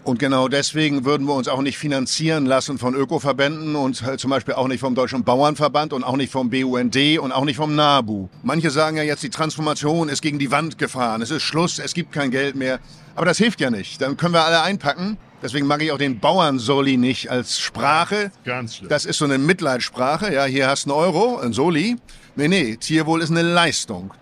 Und genau deswegen würden wir uns auch nicht finanzieren lassen von Ökoverbänden und zum Beispiel auch nicht vom Deutschen Bauernverband und auch nicht vom BUND und auch nicht vom NABU. Manche sagen ja jetzt, die Transformation ist gegen die Wand gefahren, es ist Schluss, es gibt kein Geld mehr. Aber das hilft ja nicht, dann können wir alle einpacken. Deswegen mag ich auch den Bauernsoli nicht als Sprache. Ganz schlimm. Das ist so eine Mitleidssprache. Ja, hier hast du einen Euro, ein Soli. Nee, Tierwohl ist eine Leistung.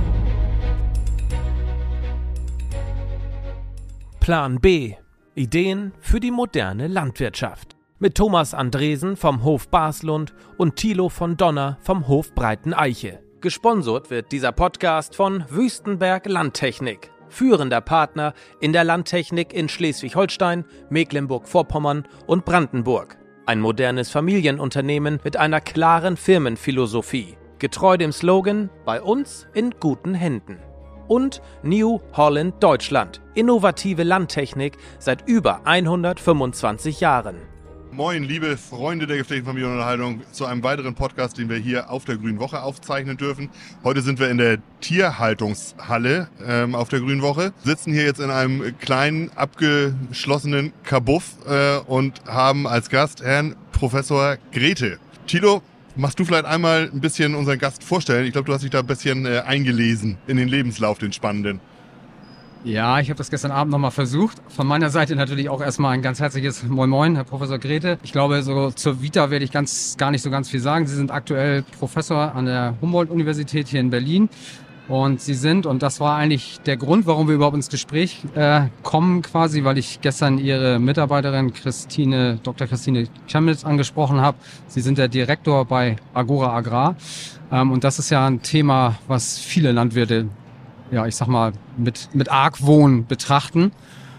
Plan B. Ideen für die moderne Landwirtschaft. Mit Thomas Andresen vom Hof Baslund und Thilo von Donner vom Hof Breiteneiche. Gesponsert wird dieser Podcast von Wüstenberg Landtechnik. Führender Partner in der Landtechnik in Schleswig-Holstein, Mecklenburg-Vorpommern und Brandenburg. Ein modernes Familienunternehmen mit einer klaren Firmenphilosophie. Getreu dem Slogan, bei uns in guten Händen. Und New Holland Deutschland, innovative Landtechnik seit über 125 Jahren. Moin, liebe Freunde der gepflegten Familienunterhaltung, zu einem weiteren Podcast, den wir hier auf der Grünen Woche aufzeichnen dürfen. Heute sind wir in der Tierhaltungshalle auf der Grünen Woche, sitzen hier jetzt in einem kleinen, abgeschlossenen Kabuff und haben als Gast Herrn Professor Grete. Thilo, machst du vielleicht einmal ein bisschen unseren Gast vorstellen? Ich glaube, du hast dich da ein bisschen eingelesen in den Lebenslauf, den spannenden. Ja, ich habe das gestern Abend nochmal versucht. Von meiner Seite natürlich auch erstmal ein ganz herzliches Moin Moin, Herr Professor Grete. Ich glaube, so zur Vita werde ich gar nicht so ganz viel sagen. Sie sind aktuell Professor an der Humboldt-Universität hier in Berlin. Und Sie sind, und das war eigentlich der Grund, warum wir überhaupt ins Gespräch kommen quasi, weil ich gestern Ihre Mitarbeiterin Dr. Christine Chemnitz angesprochen habe. Sie sind der Direktor bei Agora Agrar. Und das ist ja ein Thema, was viele Landwirte, ja, ich sag mal, mit Argwohn betrachten.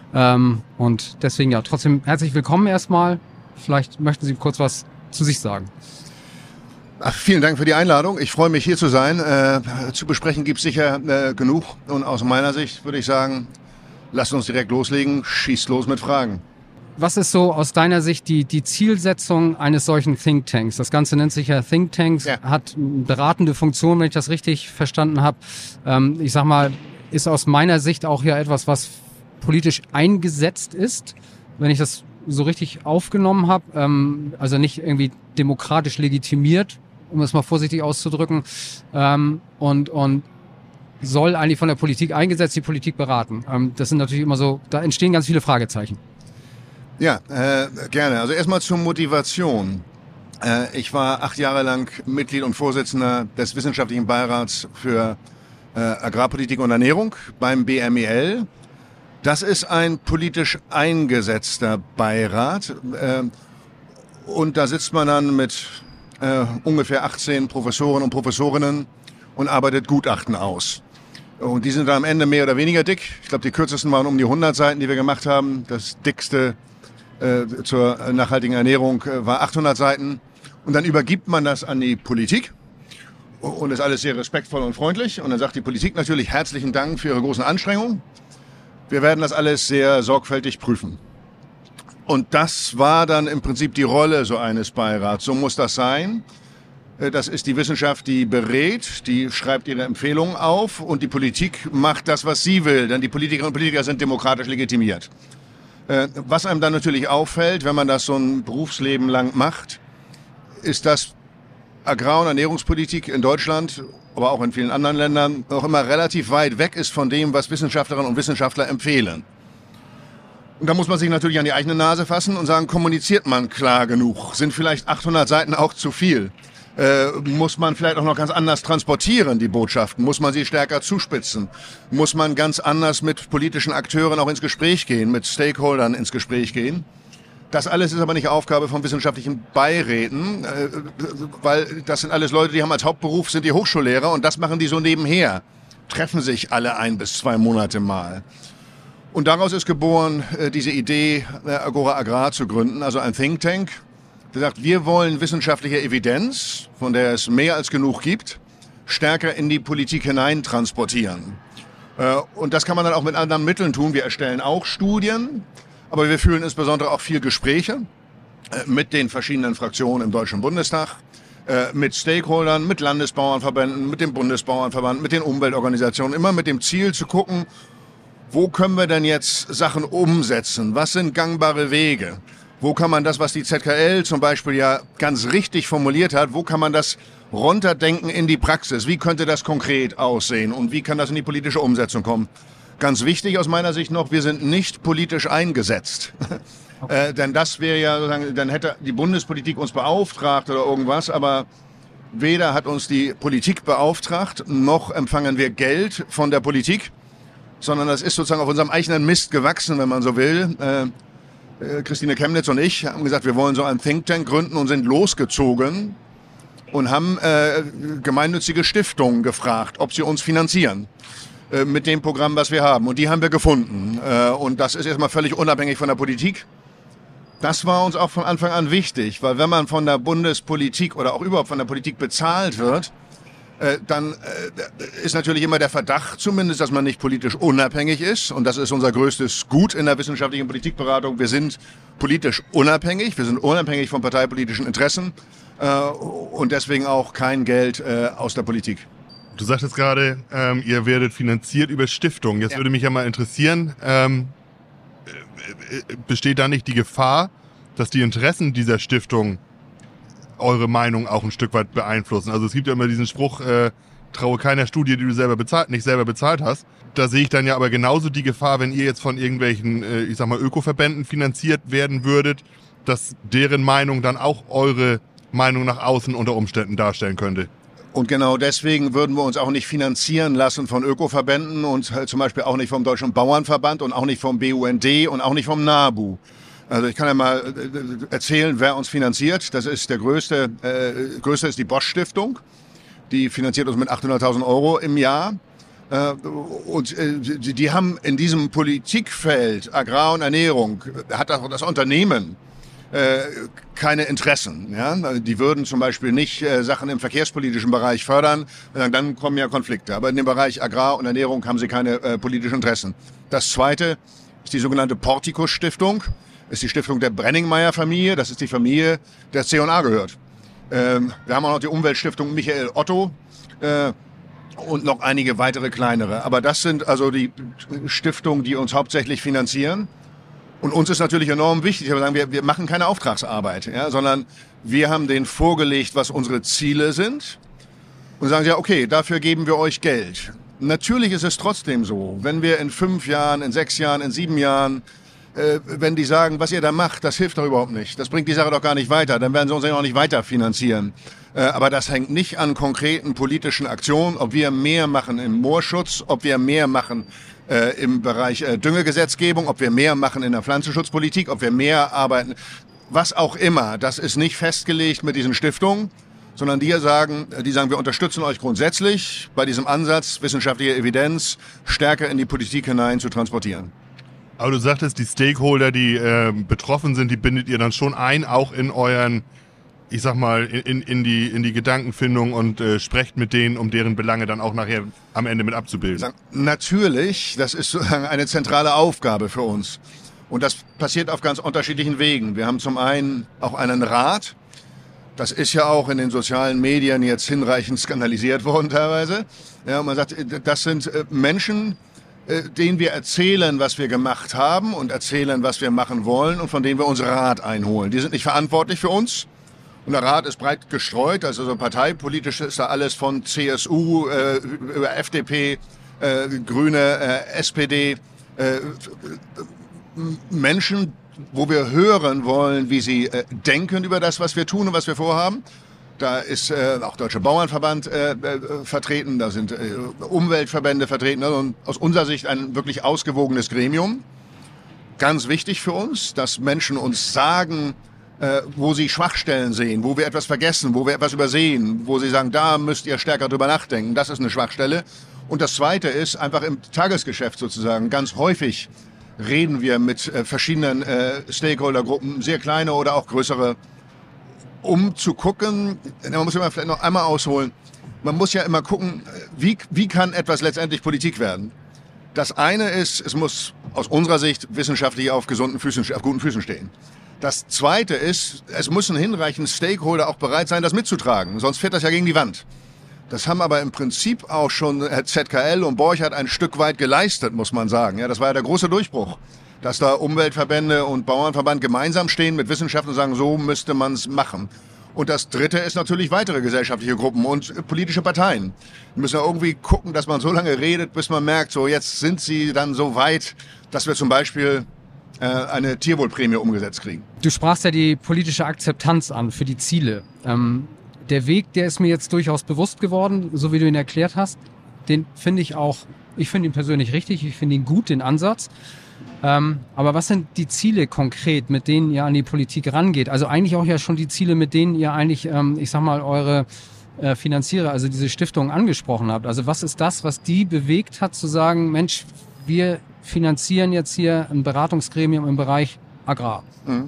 Und deswegen ja, trotzdem herzlich willkommen erstmal. Vielleicht möchten Sie kurz was zu sich sagen. Vielen Dank für die Einladung. Ich freue mich, hier zu sein. Zu besprechen gibt es sicher genug. Und aus meiner Sicht würde ich sagen, lasst uns direkt loslegen. Schießt los mit Fragen. Was ist so aus deiner Sicht die Zielsetzung eines solchen Thinktanks? Das Ganze nennt sich ja Thinktanks, ja. Hat beratende Funktion, wenn ich das richtig verstanden habe. Ich sag mal, ist aus meiner Sicht auch ja etwas, was politisch eingesetzt ist, wenn ich das so richtig aufgenommen habe. Also nicht irgendwie demokratisch legitimiert, um es mal vorsichtig auszudrücken. Und soll eigentlich von der Politik eingesetzt, die Politik beraten. Das sind natürlich immer so, da entstehen ganz viele Fragezeichen. Ja, gerne. Also erstmal zur Motivation. Ich war 8 Jahre lang Mitglied und Vorsitzender des Wissenschaftlichen Beirats für Agrarpolitik und Ernährung beim BMEL. Das ist ein politisch eingesetzter Beirat. Und da sitzt man dann mit ungefähr 18 Professoren und Professorinnen und arbeitet Gutachten aus. Und die sind dann am Ende mehr oder weniger dick. Ich glaube, die kürzesten waren um die 100 Seiten, die wir gemacht haben. Das dickste zur nachhaltigen Ernährung war 800 Seiten. Und dann übergibt man das an die Politik und ist alles sehr respektvoll und freundlich. Und dann sagt die Politik natürlich herzlichen Dank für Ihre großen Anstrengungen. Wir werden das alles sehr sorgfältig prüfen. Und das war dann im Prinzip die Rolle so eines Beirats. So muss das sein. Das ist die Wissenschaft, die berät, die schreibt ihre Empfehlungen auf und die Politik macht das, was sie will. Denn die Politikerinnen und Politiker sind demokratisch legitimiert. Was einem dann natürlich auffällt, wenn man das so ein Berufsleben lang macht, ist, dass Agrar- und Ernährungspolitik in Deutschland, aber auch in vielen anderen Ländern, noch immer relativ weit weg ist von dem, was Wissenschaftlerinnen und Wissenschaftler empfehlen. Und da muss man sich natürlich an die eigene Nase fassen und sagen, kommuniziert man klar genug? Sind vielleicht 800 Seiten auch zu viel? Muss man vielleicht auch noch ganz anders transportieren, die Botschaften? Muss man sie stärker zuspitzen? Muss man ganz anders mit politischen Akteuren auch ins Gespräch gehen, mit Stakeholdern ins Gespräch gehen? Das alles ist aber nicht Aufgabe von wissenschaftlichen Beiräten, weil das sind alles Leute, die haben als Hauptberuf, sind die Hochschullehrer und das machen die so nebenher. Treffen sich alle 1 bis 2 Monate mal. Und daraus ist geboren, diese Idee, Agora Agrar zu gründen, also ein Think Tank, der sagt, wir wollen wissenschaftliche Evidenz, von der es mehr als genug gibt, stärker in die Politik hinein transportieren. Und das kann man dann auch mit anderen Mitteln tun. Wir erstellen auch Studien, aber wir führen insbesondere auch viel Gespräche mit den verschiedenen Fraktionen im Deutschen Bundestag, mit Stakeholdern, mit Landesbauernverbänden, mit dem Bundesbauernverband, mit den Umweltorganisationen, immer mit dem Ziel zu gucken, wo können wir denn jetzt Sachen umsetzen? Was sind gangbare Wege? Wo kann man das, was die ZKL zum Beispiel ja ganz richtig formuliert hat, wo kann man das runterdenken in die Praxis? Wie könnte das konkret aussehen und wie kann das in die politische Umsetzung kommen? Ganz wichtig aus meiner Sicht noch, wir sind nicht politisch eingesetzt. Denn das wäre ja sozusagen, dann hätte die Bundespolitik uns beauftragt oder irgendwas, aber weder hat uns die Politik beauftragt, noch empfangen wir Geld von der Politik, sondern das ist sozusagen auf unserem eigenen Mist gewachsen, wenn man so will. Christine Chemnitz und ich haben gesagt, wir wollen so einen Think Tank gründen und sind losgezogen und haben gemeinnützige Stiftungen gefragt, ob sie uns finanzieren mit dem Programm, was wir haben. Und die haben wir gefunden. Und das ist erstmal völlig unabhängig von der Politik. Das war uns auch von Anfang an wichtig, weil wenn man von der Bundespolitik oder auch überhaupt von der Politik bezahlt wird, dann ist natürlich immer der Verdacht zumindest, dass man nicht politisch unabhängig ist. Und das ist unser größtes Gut in der wissenschaftlichen Politikberatung. Wir sind politisch unabhängig, wir sind unabhängig von parteipolitischen Interessen und deswegen auch kein Geld aus der Politik. Du sagtest gerade, ihr werdet finanziert über Stiftungen. Jetzt würde mich ja mal interessieren, besteht da nicht die Gefahr, dass die Interessen dieser Stiftung eure Meinung auch ein Stück weit beeinflussen? Also es gibt ja immer diesen Spruch, traue keiner Studie, die du nicht selber bezahlt hast. Da sehe ich dann ja aber genauso die Gefahr, wenn ihr jetzt von irgendwelchen, ich sag mal, Ökoverbänden finanziert werden würdet, dass deren Meinung dann auch eure Meinung nach außen unter Umständen darstellen könnte. Und genau deswegen würden wir uns auch nicht finanzieren lassen von Ökoverbänden und zum Beispiel auch nicht vom Deutschen Bauernverband und auch nicht vom BUND und auch nicht vom NABU. Also ich kann ja mal erzählen, wer uns finanziert. Das ist der größte ist die Bosch Stiftung. Die finanziert uns mit 800.000 € im Jahr. Und die haben in diesem Politikfeld Agrar und Ernährung, hat auch das Unternehmen keine Interessen. Ja? Die würden zum Beispiel nicht Sachen im verkehrspolitischen Bereich fördern, dann kommen ja Konflikte. Aber in dem Bereich Agrar und Ernährung haben sie keine politischen Interessen. Das zweite ist die sogenannte Portikus Stiftung. Das ist die Stiftung der Brenningmeier-Familie. Das ist die Familie, der C&A gehört. Wir haben auch noch die Umweltstiftung Michael Otto und noch einige weitere kleinere. Aber das sind also die Stiftungen, die uns hauptsächlich finanzieren. Und uns ist natürlich enorm wichtig, wir sagen, wir machen keine Auftragsarbeit, ja, sondern wir haben denen vorgelegt, was unsere Ziele sind und sagen, ja, okay, dafür geben wir euch Geld. Natürlich ist es trotzdem so, wenn wir in 5 Jahren, in 6 Jahren, in 7 Jahren, wenn die sagen, was ihr da macht, das hilft doch überhaupt nicht, das bringt die Sache doch gar nicht weiter, dann werden sie uns ja auch nicht weiter finanzieren. Aber das hängt nicht an konkreten politischen Aktionen, ob wir mehr machen im Moorschutz, ob wir mehr machen im Bereich Düngegesetzgebung, ob wir mehr machen in der Pflanzenschutzpolitik, ob wir mehr arbeiten, was auch immer. Das ist nicht festgelegt mit diesen Stiftungen, sondern die sagen, wir unterstützen euch grundsätzlich bei diesem Ansatz, wissenschaftliche Evidenz stärker in die Politik hinein zu transportieren. Aber du sagtest, die Stakeholder, die betroffen sind, die bindet ihr dann schon ein, auch in euren, ich sag mal, in die Gedankenfindung und sprecht mit denen, um deren Belange dann auch nachher am Ende mit abzubilden. Natürlich, das ist sozusagen eine zentrale Aufgabe für uns. Und das passiert auf ganz unterschiedlichen Wegen. Wir haben zum einen auch einen Rat. Das ist ja auch in den sozialen Medien jetzt hinreichend skandalisiert worden teilweise. Ja, und man sagt, das sind Menschen, denen wir erzählen, was wir gemacht haben und erzählen, was wir machen wollen und von denen wir uns Rat einholen. Die sind nicht verantwortlich für uns. Und der Rat ist breit gestreut, also so parteipolitisch ist da alles von CSU über FDP, Grüne, SPD, Menschen, wo wir hören wollen, wie sie denken über das, was wir tun und was wir vorhaben. Da ist auch Deutscher Bauernverband vertreten, da sind Umweltverbände vertreten. Also aus unserer Sicht ein wirklich ausgewogenes Gremium. Ganz wichtig für uns, dass Menschen uns sagen, wo sie Schwachstellen sehen, wo wir etwas vergessen, wo wir etwas übersehen, wo sie sagen, da müsst ihr stärker drüber nachdenken, das ist eine Schwachstelle. Und das Zweite ist einfach im Tagesgeschäft sozusagen. Ganz häufig reden wir mit verschiedenen Stakeholdergruppen, sehr kleine oder auch größere, um zu gucken, man muss immer vielleicht noch einmal ausholen, man muss ja immer gucken, wie kann etwas letztendlich Politik werden. Das eine ist, es muss aus unserer Sicht wissenschaftlich auf guten Füßen stehen. Das Zweite ist, es müssen hinreichend Stakeholder auch bereit sein, das mitzutragen, sonst fährt das ja gegen die Wand. Das haben aber im Prinzip auch schon ZKL und Borchardt ein Stück weit geleistet, muss man sagen. Ja, das war ja der große Durchbruch, dass da Umweltverbände und Bauernverband gemeinsam stehen mit Wissenschaft und sagen, so müsste man es machen. Und das Dritte ist natürlich weitere gesellschaftliche Gruppen und politische Parteien. Wir müssen ja irgendwie gucken, dass man so lange redet, bis man merkt, so jetzt sind sie dann so weit, dass wir zum Beispiel eine Tierwohlprämie umgesetzt kriegen. Du sprachst ja die politische Akzeptanz an für die Ziele. Der Weg, der ist mir jetzt durchaus bewusst geworden, so wie du ihn erklärt hast. Den finde ich auch, ich finde ihn persönlich richtig, ich finde ihn gut, den Ansatz. Aber was sind die Ziele konkret, mit denen ihr an die Politik rangeht? Also eigentlich auch ja schon die Ziele, mit denen ihr eigentlich, ich sag mal, eure Finanzierer, also diese Stiftung angesprochen habt. Also was ist das, was die bewegt hat, zu sagen, Mensch, wir finanzieren jetzt hier ein Beratungsgremium im Bereich Agrar?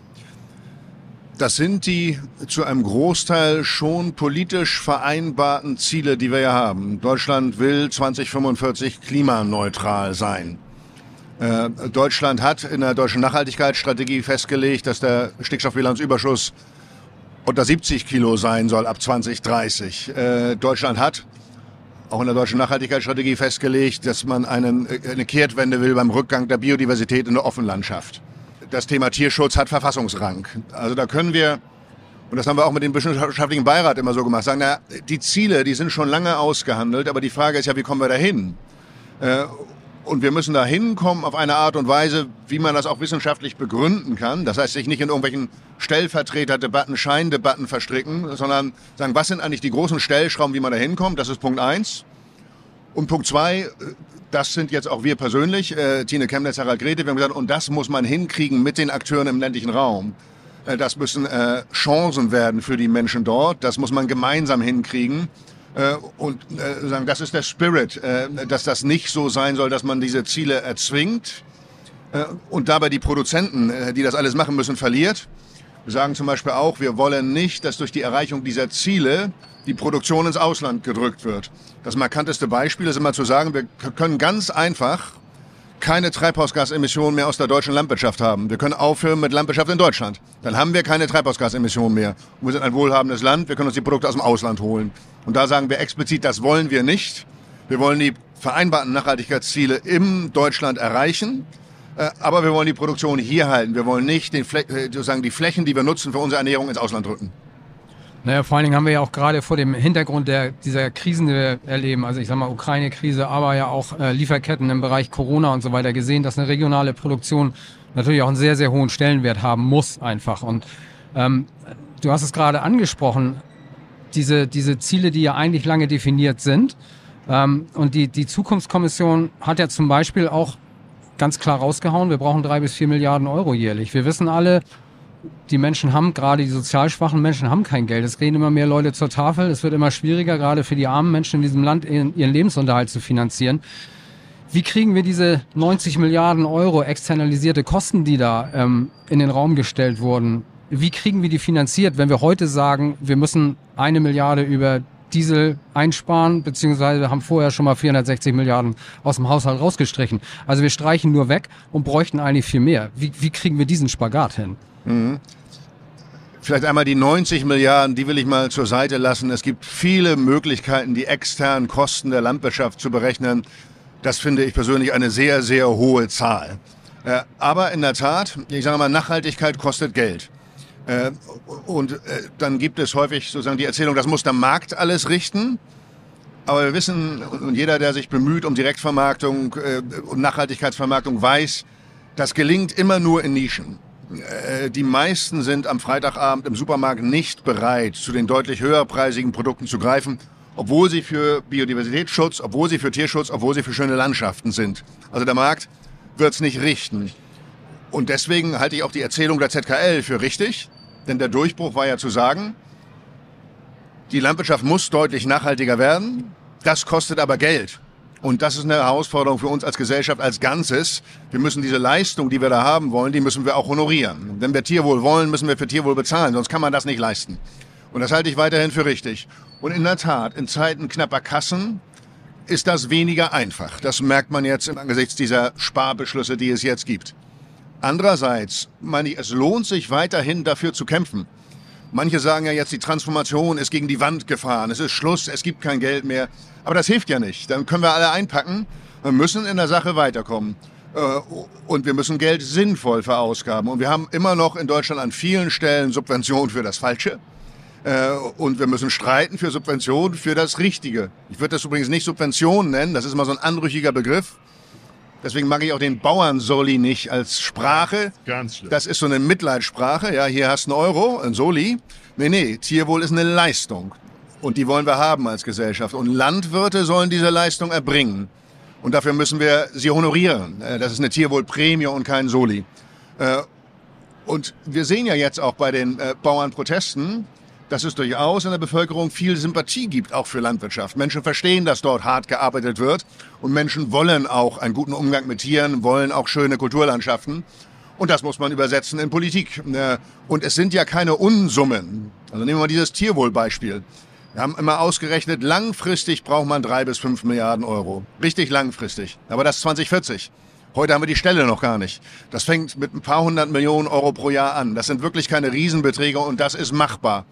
Das sind die zu einem Großteil schon politisch vereinbarten Ziele, die wir ja haben. Deutschland will 2045 klimaneutral sein. Deutschland hat in der deutschen Nachhaltigkeitsstrategie festgelegt, dass der Stickstoffbilanzüberschuss unter 70 Kilo sein soll ab 2030. Deutschland hat auch in der deutschen Nachhaltigkeitsstrategie festgelegt, dass man eine Kehrtwende will beim Rückgang der Biodiversität in der Offenlandschaft. Das Thema Tierschutz hat Verfassungsrang. Also da können wir, und das haben wir auch mit dem wissenschaftlichen Beirat immer so gemacht, sagen, na, die Ziele, die sind schon lange ausgehandelt, aber die Frage ist ja, wie kommen wir da hin? Und wir müssen da hinkommen auf eine Art und Weise, wie man das auch wissenschaftlich begründen kann. Das heißt, sich nicht in irgendwelchen Stellvertreterdebatten, Scheindebatten verstricken, sondern sagen, was sind eigentlich die großen Stellschrauben, wie man da hinkommt? Das ist Punkt 1. Und Punkt 2, das sind jetzt auch wir persönlich, Tine Chemnitz, Harald Grete, wir haben gesagt, und das muss man hinkriegen mit den Akteuren im ländlichen Raum. Das müssen Chancen werden für die Menschen dort, das muss man gemeinsam hinkriegen. Und sagen, das ist der Spirit, dass das nicht so sein soll, dass man diese Ziele erzwingt und dabei die Produzenten, die das alles machen müssen, verliert. Wir sagen zum Beispiel auch, wir wollen nicht, dass durch die Erreichung dieser Ziele die Produktion ins Ausland gedrückt wird. Das markanteste Beispiel ist immer zu sagen, wir können ganz einfach keine Treibhausgasemissionen mehr aus der deutschen Landwirtschaft haben. Wir können aufhören mit Landwirtschaft in Deutschland. Dann haben wir keine Treibhausgasemissionen mehr. Und wir sind ein wohlhabendes Land, wir können uns die Produkte aus dem Ausland holen. Und da sagen wir explizit, das wollen wir nicht. Wir wollen die vereinbarten Nachhaltigkeitsziele in Deutschland erreichen, aber wir wollen die Produktion hier halten. Wir wollen nicht sozusagen die Flächen, die wir nutzen für unsere Ernährung, ins Ausland drücken. Naja, vor allen Dingen haben wir ja auch gerade vor dem Hintergrund dieser Krisen, die wir erleben, also ich sag mal Ukraine-Krise, aber ja auch Lieferketten im Bereich Corona und so weiter gesehen, dass eine regionale Produktion natürlich auch einen sehr, sehr hohen Stellenwert haben muss einfach. Und du hast es gerade angesprochen, diese Ziele, die ja eigentlich lange definiert sind. Und die Zukunftskommission hat ja zum Beispiel auch ganz klar rausgehauen, wir brauchen 3 bis 4 Milliarden Euro jährlich. Wir wissen alle, die Menschen haben, gerade die sozial schwachen Menschen haben kein Geld. Es gehen immer mehr Leute zur Tafel. Es wird immer schwieriger, gerade für die armen Menschen in diesem Land ihren Lebensunterhalt zu finanzieren. Wie kriegen wir diese 90 Milliarden Euro externalisierte Kosten, die da in den Raum gestellt wurden, wie kriegen wir die finanziert, wenn wir heute sagen, wir müssen 1 Milliarde über Diesel einsparen, beziehungsweise haben vorher schon mal 460 Milliarden aus dem Haushalt rausgestrichen. Also wir streichen nur weg und bräuchten eigentlich viel mehr. Wie kriegen wir diesen Spagat hin? Vielleicht einmal die 90 Milliarden, die will ich mal zur Seite lassen. Es gibt viele Möglichkeiten, die externen Kosten der Landwirtschaft zu berechnen. Das finde ich persönlich eine sehr, sehr hohe Zahl. Aber in der Tat, ich sage mal, Nachhaltigkeit kostet Geld. Und dann gibt es häufig sozusagen die Erzählung, das muss der Markt alles richten. Aber wir wissen, und jeder, der sich bemüht um Direktvermarktung und Nachhaltigkeitsvermarktung, weiß, das gelingt immer nur in Nischen. Die meisten sind am Freitagabend im Supermarkt nicht bereit, zu den deutlich höherpreisigen Produkten zu greifen, obwohl sie für Biodiversitätsschutz, obwohl sie für Tierschutz, obwohl sie für schöne Landschaften sind. Also der Markt wird es nicht richten. Und deswegen halte ich auch die Erzählung der ZKL für richtig, denn der Durchbruch war ja zu sagen, die Landwirtschaft muss deutlich nachhaltiger werden, das kostet aber Geld. Und das ist eine Herausforderung für uns als Gesellschaft als Ganzes. Wir müssen diese Leistung, die wir da haben wollen, die müssen wir auch honorieren. Wenn wir Tierwohl wollen, müssen wir für Tierwohl bezahlen, sonst kann man das nicht leisten. Und das halte ich weiterhin für richtig. Und in der Tat, in Zeiten knapper Kassen ist das weniger einfach. Das merkt man jetzt angesichts dieser Sparbeschlüsse, die es jetzt gibt. Andererseits meine ich, es lohnt sich weiterhin dafür zu kämpfen. Manche sagen ja jetzt, die Transformation ist gegen die Wand gefahren, es ist Schluss, es gibt kein Geld mehr. Aber das hilft ja nicht. Dann können wir alle einpacken. Wir müssen in der Sache weiterkommen. Und wir müssen Geld sinnvoll verausgaben. Und wir haben immer noch in Deutschland an vielen Stellen Subventionen für das Falsche. Und wir müssen streiten für Subventionen für das Richtige. Ich würde das übrigens nicht Subventionen nennen, das ist immer so ein anrüchiger Begriff. Deswegen mag ich auch den Bauernsoli nicht als Sprache. Ganz schlimm. Das ist so eine Mitleidssprache. Ja, hier hast du einen Euro, ein Soli. Nee, Tierwohl ist eine Leistung. Und die wollen wir haben als Gesellschaft. Und Landwirte sollen diese Leistung erbringen. Und dafür müssen wir sie honorieren. Das ist eine Tierwohlprämie und kein Soli. Und wir sehen ja jetzt auch bei den Bauernprotesten, dass es durchaus in der Bevölkerung viel Sympathie gibt, auch für Landwirtschaft. Menschen verstehen, dass dort hart gearbeitet wird. Und Menschen wollen auch einen guten Umgang mit Tieren, wollen auch schöne Kulturlandschaften. Und das muss man übersetzen in Politik. Und es sind ja keine Unsummen. Also nehmen wir mal dieses Tierwohlbeispiel. Wir haben immer ausgerechnet, langfristig braucht man 3 bis 5 Milliarden Euro. Richtig langfristig. Aber das ist 2040. Heute haben wir die Stelle noch gar nicht. Das fängt mit ein paar 100 Millionen Euro pro Jahr an. Das sind wirklich keine Riesenbeträge und das ist machbar.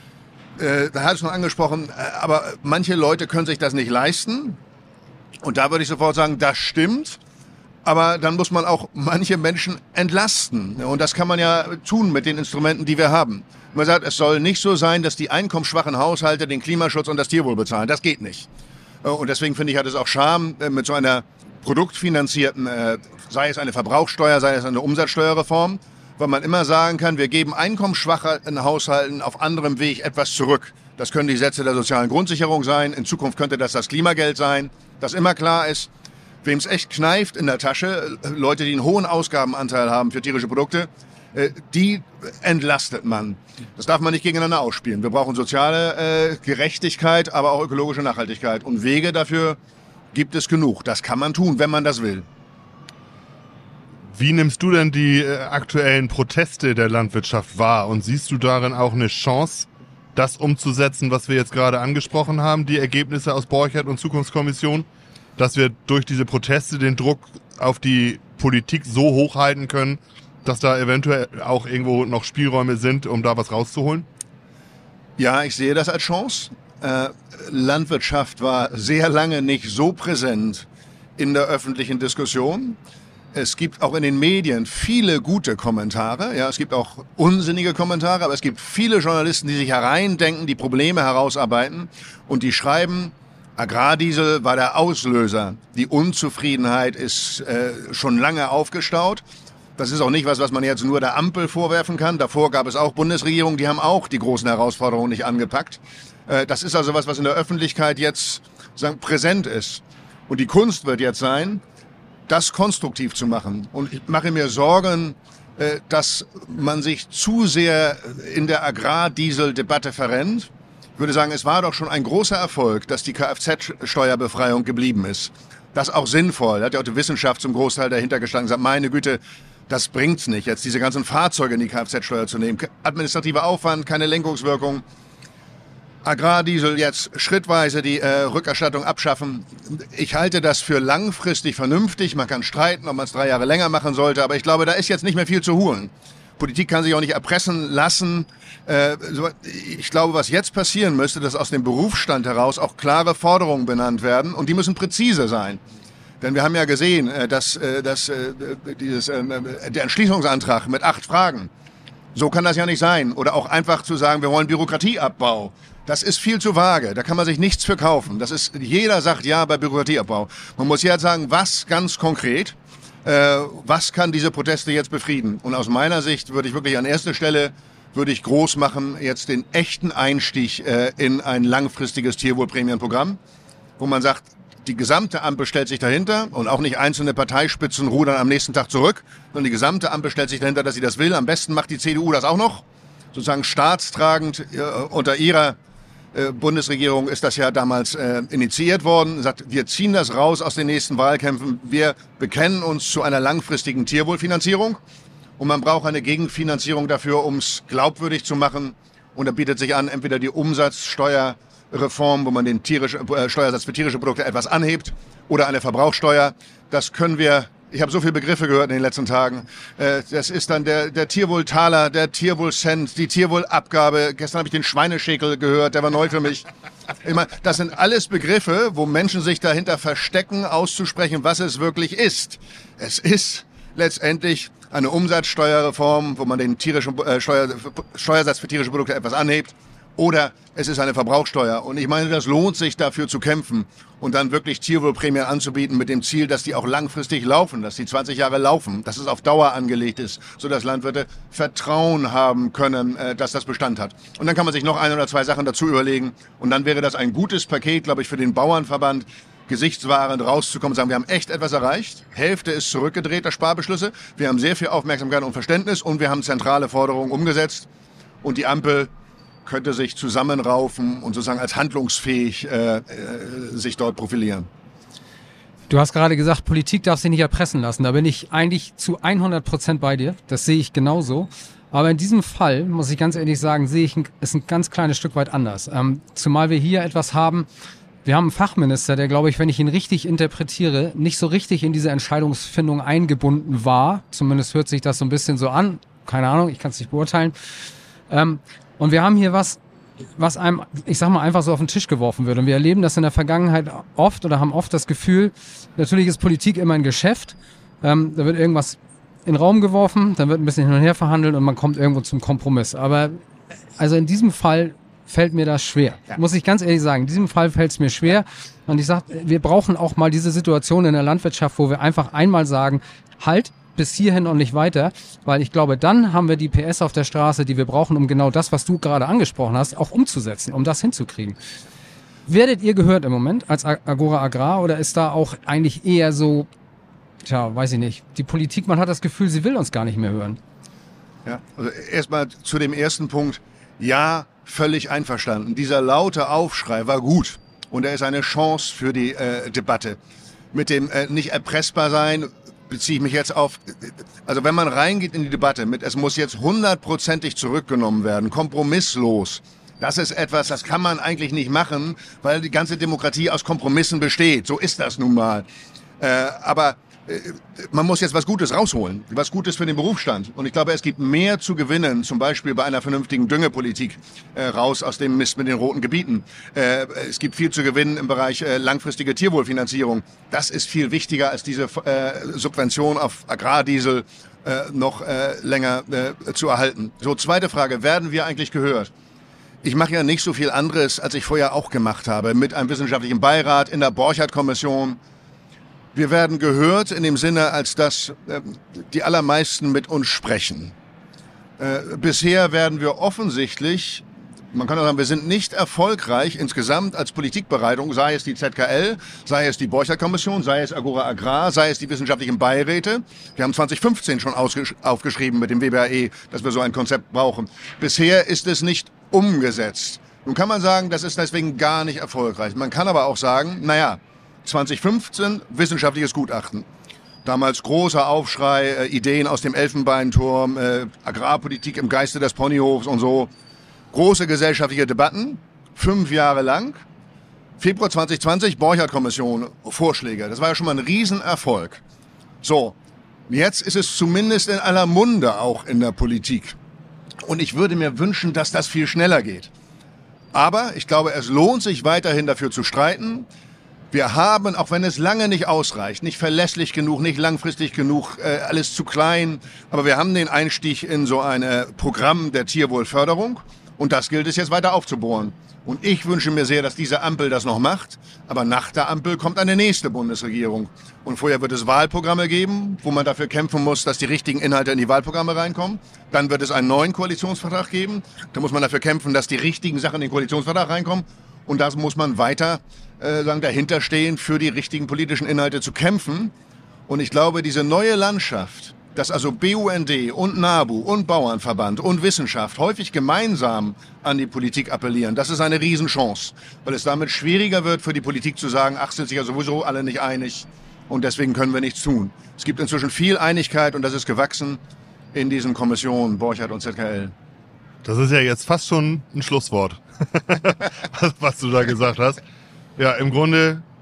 Da hat es noch angesprochen, aber manche Leute können sich das nicht leisten. Und da würde ich sofort sagen, das stimmt. Aber dann muss man auch manche Menschen entlasten. Und das kann man ja tun mit den Instrumenten, die wir haben. Man sagt, es soll nicht so sein, dass die einkommensschwachen Haushalte den Klimaschutz und das Tierwohl bezahlen. Das geht nicht. Und deswegen finde ich, hat es auch Charme mit so einer produktfinanzierten, sei es eine Verbrauchssteuer, sei es eine Umsatzsteuerreform, weil man immer sagen kann, wir geben einkommensschwachen Haushalten auf anderem Weg etwas zurück. Das können die Sätze der sozialen Grundsicherung sein. In Zukunft könnte das Klimageld sein, das immer klar ist. Wem es echt kneift in der Tasche, Leute, die einen hohen Ausgabenanteil haben für tierische Produkte, die entlastet man. Das darf man nicht gegeneinander ausspielen. Wir brauchen soziale Gerechtigkeit, aber auch ökologische Nachhaltigkeit. Und Wege dafür gibt es genug. Das kann man tun, wenn man das will. Wie nimmst du denn die aktuellen Proteste der Landwirtschaft wahr? Und siehst du darin auch eine Chance, das umzusetzen, was wir jetzt gerade angesprochen haben, die Ergebnisse aus Borchert und Zukunftskommission? Dass wir durch diese Proteste den Druck auf die Politik so hochhalten können, dass da eventuell auch irgendwo noch Spielräume sind, um da was rauszuholen? Ja, ich sehe das als Chance. Landwirtschaft war sehr lange nicht so präsent in der öffentlichen Diskussion. Es gibt auch in den Medien viele gute Kommentare. Ja, es gibt auch unsinnige Kommentare, aber es gibt viele Journalisten, die sich hereindenken, die Probleme herausarbeiten und die schreiben, Agrardiesel war der Auslöser. Die Unzufriedenheit ist schon lange aufgestaut. Das ist auch nicht was man jetzt nur der Ampel vorwerfen kann. Davor gab es auch Bundesregierungen, die haben auch die großen Herausforderungen nicht angepackt. Das ist also was in der Öffentlichkeit jetzt präsent ist. Und die Kunst wird jetzt sein, das konstruktiv zu machen. Und ich mache mir Sorgen, dass man sich zu sehr in der Agrardieseldebatte verrennt. Ich würde sagen, es war doch schon ein großer Erfolg, dass die Kfz-Steuerbefreiung geblieben ist. Das auch sinnvoll. Da hat ja auch die Wissenschaft zum Großteil dahinter gestanden und gesagt, meine Güte, das bringt's nicht, jetzt diese ganzen Fahrzeuge in die Kfz-Steuer zu nehmen. Administrativer Aufwand, keine Lenkungswirkung. Agrardiesel jetzt schrittweise die Rückerstattung abschaffen. Ich halte das für langfristig vernünftig. Man kann streiten, ob man es 3 Jahre länger machen sollte, aber ich glaube, da ist jetzt nicht mehr viel zu holen. Politik kann sich auch nicht erpressen lassen. Ich glaube, was jetzt passieren müsste, dass aus dem Berufsstand heraus auch klare Forderungen benannt werden und die müssen präzise sein. Denn wir haben ja gesehen, dass der Entschließungsantrag mit 8 Fragen, so kann das ja nicht sein. Oder auch einfach zu sagen, wir wollen Bürokratieabbau. Das ist viel zu vage, da kann man sich nichts für kaufen. Jeder sagt ja bei Bürokratieabbau. Man muss jetzt sagen, was ganz konkret, was kann diese Proteste jetzt befrieden? Und aus meiner Sicht würde ich wirklich an erster Stelle groß machen, jetzt den echten Einstieg in ein langfristiges Tierwohlprämienprogramm, wo man sagt, die gesamte Ampel stellt sich dahinter und auch nicht einzelne Parteispitzen rudern am nächsten Tag zurück, sondern die gesamte Ampel stellt sich dahinter, dass sie das will. Am besten macht die CDU das auch noch, sozusagen staatstragend unter ihrer Bundesregierung ist das ja damals initiiert worden. Sagt, wir ziehen das raus aus den nächsten Wahlkämpfen. Wir bekennen uns zu einer langfristigen Tierwohlfinanzierung. Und man braucht eine Gegenfinanzierung dafür, um es glaubwürdig zu machen. Und da bietet sich an, entweder die Umsatzsteuerreform, wo man den Steuersatz für tierische Produkte etwas anhebt, oder eine Verbrauchssteuer. Das können wir Ich habe so viele Begriffe gehört in den letzten Tagen. Das ist dann der Tierwohltaler, der Tierwohlcent, die Tierwohlabgabe. Gestern habe ich den Schweineschäkel gehört, der war neu für mich. Ich meine, das sind alles Begriffe, wo Menschen sich dahinter verstecken, auszusprechen, was es wirklich ist. Es ist letztendlich eine Umsatzsteuerreform, wo man den Steuersatz für tierische Produkte etwas anhebt. Oder es ist eine Verbrauchssteuer. Und ich meine, das lohnt sich dafür zu kämpfen und dann wirklich Tierwohlprämien anzubieten mit dem Ziel, dass die auch langfristig laufen, dass die 20 Jahre laufen, dass es auf Dauer angelegt ist, sodass Landwirte Vertrauen haben können, dass das Bestand hat. Und dann kann man sich noch 1 oder 2 Sachen dazu überlegen. Und dann wäre das ein gutes Paket, glaube ich, für den Bauernverband, gesichtswahrend rauszukommen und sagen, wir haben echt etwas erreicht. Hälfte ist zurückgedreht, der Sparbeschlüsse. Wir haben sehr viel Aufmerksamkeit und Verständnis und wir haben zentrale Forderungen umgesetzt. Und die Ampel könnte sich zusammenraufen und sozusagen als handlungsfähig sich dort profilieren. Du hast gerade gesagt, Politik darf sich nicht erpressen lassen. Da bin ich eigentlich zu 100% bei dir. Das sehe ich genauso. Aber in diesem Fall, muss ich ganz ehrlich sagen, sehe ich es ein ganz kleines Stück weit anders. Zumal wir hier etwas haben, wir haben einen Fachminister, der, glaube ich, wenn ich ihn richtig interpretiere, nicht so richtig in diese Entscheidungsfindung eingebunden war. Zumindest hört sich das so ein bisschen so an. Keine Ahnung, ich kann es nicht beurteilen. Und wir haben hier was einem, ich sag mal, einfach so auf den Tisch geworfen wird. Und wir erleben das in der Vergangenheit oft oder haben oft das Gefühl, natürlich ist Politik immer ein Geschäft. Da wird irgendwas in den Raum geworfen, dann wird ein bisschen hin und her verhandelt und man kommt irgendwo zum Kompromiss. Aber also in diesem Fall fällt mir das schwer. Ja. Muss ich ganz ehrlich sagen, in diesem Fall fällt es mir schwer. Und ich sag, wir brauchen auch mal diese Situation in der Landwirtschaft, wo wir einfach einmal sagen, halt, bis hierhin und nicht weiter, weil ich glaube, dann haben wir die PS auf der Straße, die wir brauchen, um genau das, was du gerade angesprochen hast, auch umzusetzen, um das hinzukriegen. Werdet ihr gehört im Moment als Agora Agrar oder ist da auch eigentlich eher so, weiß ich nicht, die Politik, man hat das Gefühl, sie will uns gar nicht mehr hören? Ja, also erstmal zu dem ersten Punkt. Ja, völlig einverstanden. Dieser laute Aufschrei war gut und er ist eine Chance für die Debatte. Mit dem nicht erpressbar sein beziehe ich mich jetzt auf, also wenn man reingeht in die Debatte mit, es muss jetzt 100%ig zurückgenommen werden, kompromisslos, das ist etwas, das kann man eigentlich nicht machen, weil die ganze Demokratie aus Kompromissen besteht. So ist das nun mal. Aber man muss jetzt was Gutes rausholen, was Gutes für den Berufsstand. Und ich glaube, es gibt mehr zu gewinnen, zum Beispiel bei einer vernünftigen Düngepolitik, raus aus dem Mist mit den roten Gebieten. Es gibt viel zu gewinnen im Bereich langfristige Tierwohlfinanzierung. Das ist viel wichtiger als diese Subvention auf Agrardiesel noch länger zu erhalten. So, zweite Frage, werden wir eigentlich gehört? Ich mache ja nicht so viel anderes, als ich vorher auch gemacht habe, mit einem wissenschaftlichen Beirat in der Borchardt-Kommission. Wir werden gehört in dem Sinne, als dass die allermeisten mit uns sprechen. Bisher werden wir offensichtlich, man kann auch sagen, wir sind nicht erfolgreich insgesamt als Politikberatung, sei es die ZKL, sei es die Borchardt-Kommission, sei es Agora Agrar, sei es die wissenschaftlichen Beiräte. Wir haben 2015 schon aufgeschrieben mit dem WBAE, dass wir so ein Konzept brauchen. Bisher ist es nicht umgesetzt. Nun kann man sagen, das ist deswegen gar nicht erfolgreich. Man kann aber auch sagen, 2015 wissenschaftliches Gutachten. Damals großer Aufschrei, Ideen aus dem Elfenbeinturm, Agrarpolitik im Geiste des Ponyhofs und so. Große gesellschaftliche Debatten, 5 Jahre lang. Februar 2020, Borchardt-Kommission, Vorschläge. Das war ja schon mal ein Riesenerfolg. So, jetzt ist es zumindest in aller Munde auch in der Politik. Und ich würde mir wünschen, dass das viel schneller geht. Aber ich glaube, es lohnt sich weiterhin dafür zu streiten. Wir haben, auch wenn es lange nicht ausreicht, nicht verlässlich genug, nicht langfristig genug, alles zu klein, aber wir haben den Einstieg in so ein Programm der Tierwohlförderung und das gilt es jetzt weiter aufzubohren. Und ich wünsche mir sehr, dass diese Ampel das noch macht, aber nach der Ampel kommt eine nächste Bundesregierung. Und vorher wird es Wahlprogramme geben, wo man dafür kämpfen muss, dass die richtigen Inhalte in die Wahlprogramme reinkommen. Dann wird es einen neuen Koalitionsvertrag geben, da muss man dafür kämpfen, dass die richtigen Sachen in den Koalitionsvertrag reinkommen. Und da muss man weiter dahinter stehen, für die richtigen politischen Inhalte zu kämpfen. Und ich glaube, diese neue Landschaft, dass also BUND und NABU und Bauernverband und Wissenschaft häufig gemeinsam an die Politik appellieren, das ist eine Riesenchance, weil es damit schwieriger wird für die Politik zu sagen, ach, sind sich ja sowieso alle nicht einig und deswegen können wir nichts tun. Es gibt inzwischen viel Einigkeit und das ist gewachsen in diesen Kommissionen, Borchardt und ZKL. Das ist ja jetzt fast schon ein Schlusswort, was du da gesagt hast. Ja, im Grunde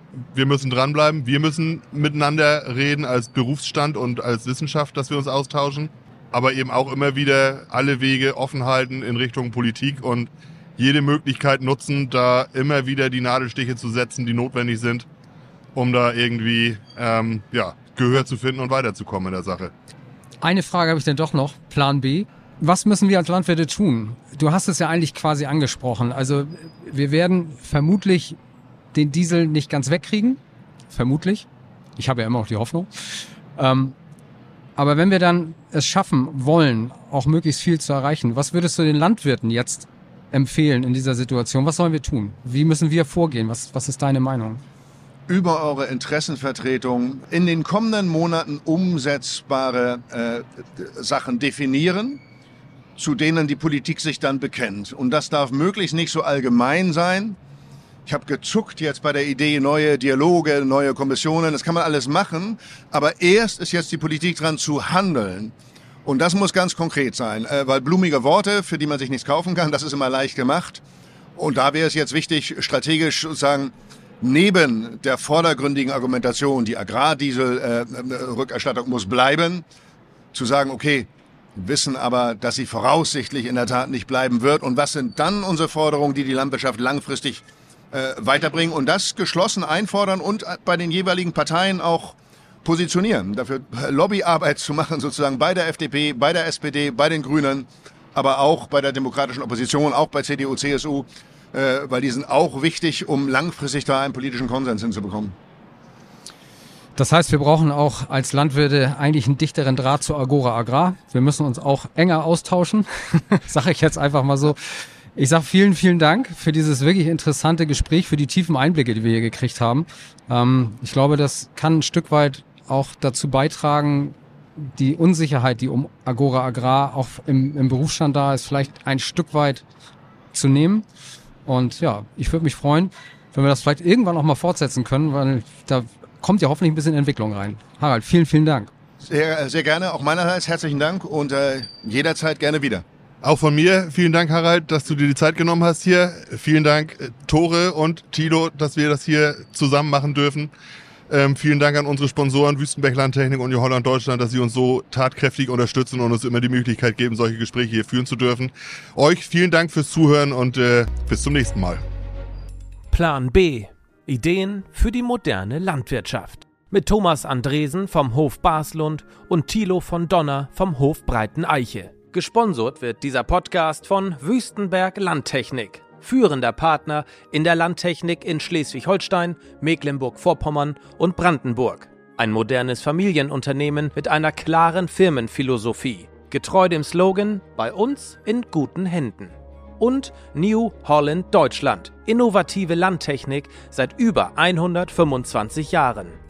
wir müssen dranbleiben, wir müssen miteinander reden als Berufsstand und als Wissenschaft, dass wir uns austauschen, aber eben auch immer wieder alle Wege offen halten in Richtung Politik und jede Möglichkeit nutzen, da immer wieder die Nadelstiche zu setzen, die notwendig sind, um da irgendwie Gehör zu finden und weiterzukommen in der Sache. Eine Frage habe ich denn doch noch, Plan B. Was müssen wir als Landwirte tun? Du hast es ja eigentlich quasi angesprochen. Also wir werden vermutlich den Diesel nicht ganz wegkriegen. Vermutlich. Ich habe ja immer noch die Hoffnung. Aber wenn wir dann es schaffen wollen, auch möglichst viel zu erreichen, was würdest du den Landwirten jetzt empfehlen in dieser Situation? Was sollen wir tun? Wie müssen wir vorgehen? Was ist deine Meinung? Über eure Interessenvertretung in den kommenden Monaten umsetzbare Sachen definieren, zu denen die Politik sich dann bekennt. Und das darf möglichst nicht so allgemein sein. Ich habe gezuckt jetzt bei der Idee, neue Dialoge, neue Kommissionen, das kann man alles machen. Aber erst ist jetzt die Politik dran zu handeln. Und das muss ganz konkret sein, weil blumige Worte, für die man sich nichts kaufen kann, das ist immer leicht gemacht. Und da wäre es jetzt wichtig, strategisch sozusagen neben der vordergründigen Argumentation, die Agrardiesel-Rückerstattung muss bleiben, zu sagen, okay, wissen aber, dass sie voraussichtlich in der Tat nicht bleiben wird. Und was sind dann unsere Forderungen, die die Landwirtschaft langfristig weiterbringen? Und das geschlossen einfordern und bei den jeweiligen Parteien auch positionieren. Dafür Lobbyarbeit zu machen, sozusagen bei der FDP, bei der SPD, bei den Grünen, aber auch bei der demokratischen Opposition, auch bei CDU, CSU, weil die sind auch wichtig, um langfristig da einen politischen Konsens hinzubekommen. Das heißt, wir brauchen auch als Landwirte eigentlich einen dichteren Draht zur Agora Agrar. Wir müssen uns auch enger austauschen, sage ich jetzt einfach mal so. Ich sage vielen, vielen Dank für dieses wirklich interessante Gespräch, für die tiefen Einblicke, die wir hier gekriegt haben. Ich glaube, das kann ein Stück weit auch dazu beitragen, die Unsicherheit, die um Agora Agrar auch im Berufsstand da ist, vielleicht ein Stück weit zu nehmen. Und ja, ich würde mich freuen, wenn wir das vielleicht irgendwann auch mal fortsetzen können, weil da kommt ja hoffentlich ein bisschen Entwicklung rein. Harald, vielen, vielen Dank. Sehr, sehr gerne. Auch meinerseits herzlichen Dank und jederzeit gerne wieder. Auch von mir vielen Dank, Harald, dass du dir die Zeit genommen hast hier. Vielen Dank, Tore und Thilo, dass wir das hier zusammen machen dürfen. Vielen Dank an unsere Sponsoren Wüstenberg Landtechnik und New Holland Deutschland, dass sie uns so tatkräftig unterstützen und uns immer die Möglichkeit geben, solche Gespräche hier führen zu dürfen. Euch vielen Dank fürs Zuhören und bis zum nächsten Mal. Plan B. Ideen für die moderne Landwirtschaft. Mit Thomas Andresen vom Hof Baslund und Thilo von Donner vom Hof Breiten-Eiche. Gesponsert wird dieser Podcast von Wüstenberg Landtechnik. Führender Partner in der Landtechnik in Schleswig-Holstein, Mecklenburg-Vorpommern und Brandenburg. Ein modernes Familienunternehmen mit einer klaren Firmenphilosophie. Getreu dem Slogan, bei uns in guten Händen. Und New Holland Deutschland. Innovative Landtechnik seit über 125 Jahren.